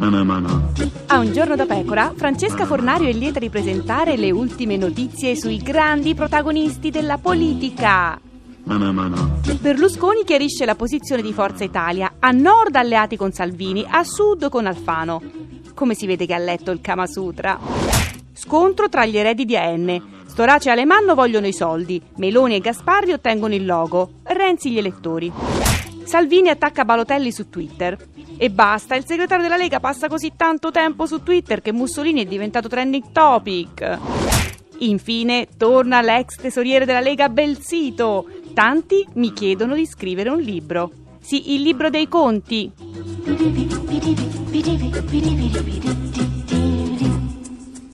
A Un giorno da pecora, Francesca Fornario è lieta di presentare le ultime notizie sui grandi protagonisti della politica. Berlusconi chiarisce la posizione di Forza Italia: a nord alleati con Salvini, a sud con Alfano. Come si vede che ha letto il Kama Sutra. Scontro tra gli eredi di AN. Storace e Alemanno vogliono i soldi, Meloni e Gasparri ottengono il logo, Renzi gli elettori. Salvini attacca Balotelli su Twitter. E basta, il segretario della Lega passa così tanto tempo su Twitter che Mussolini è diventato trending topic. Infine, torna l'ex tesoriere della Lega Belsito. Tanti mi chiedono di scrivere un libro. Sì, il libro dei conti.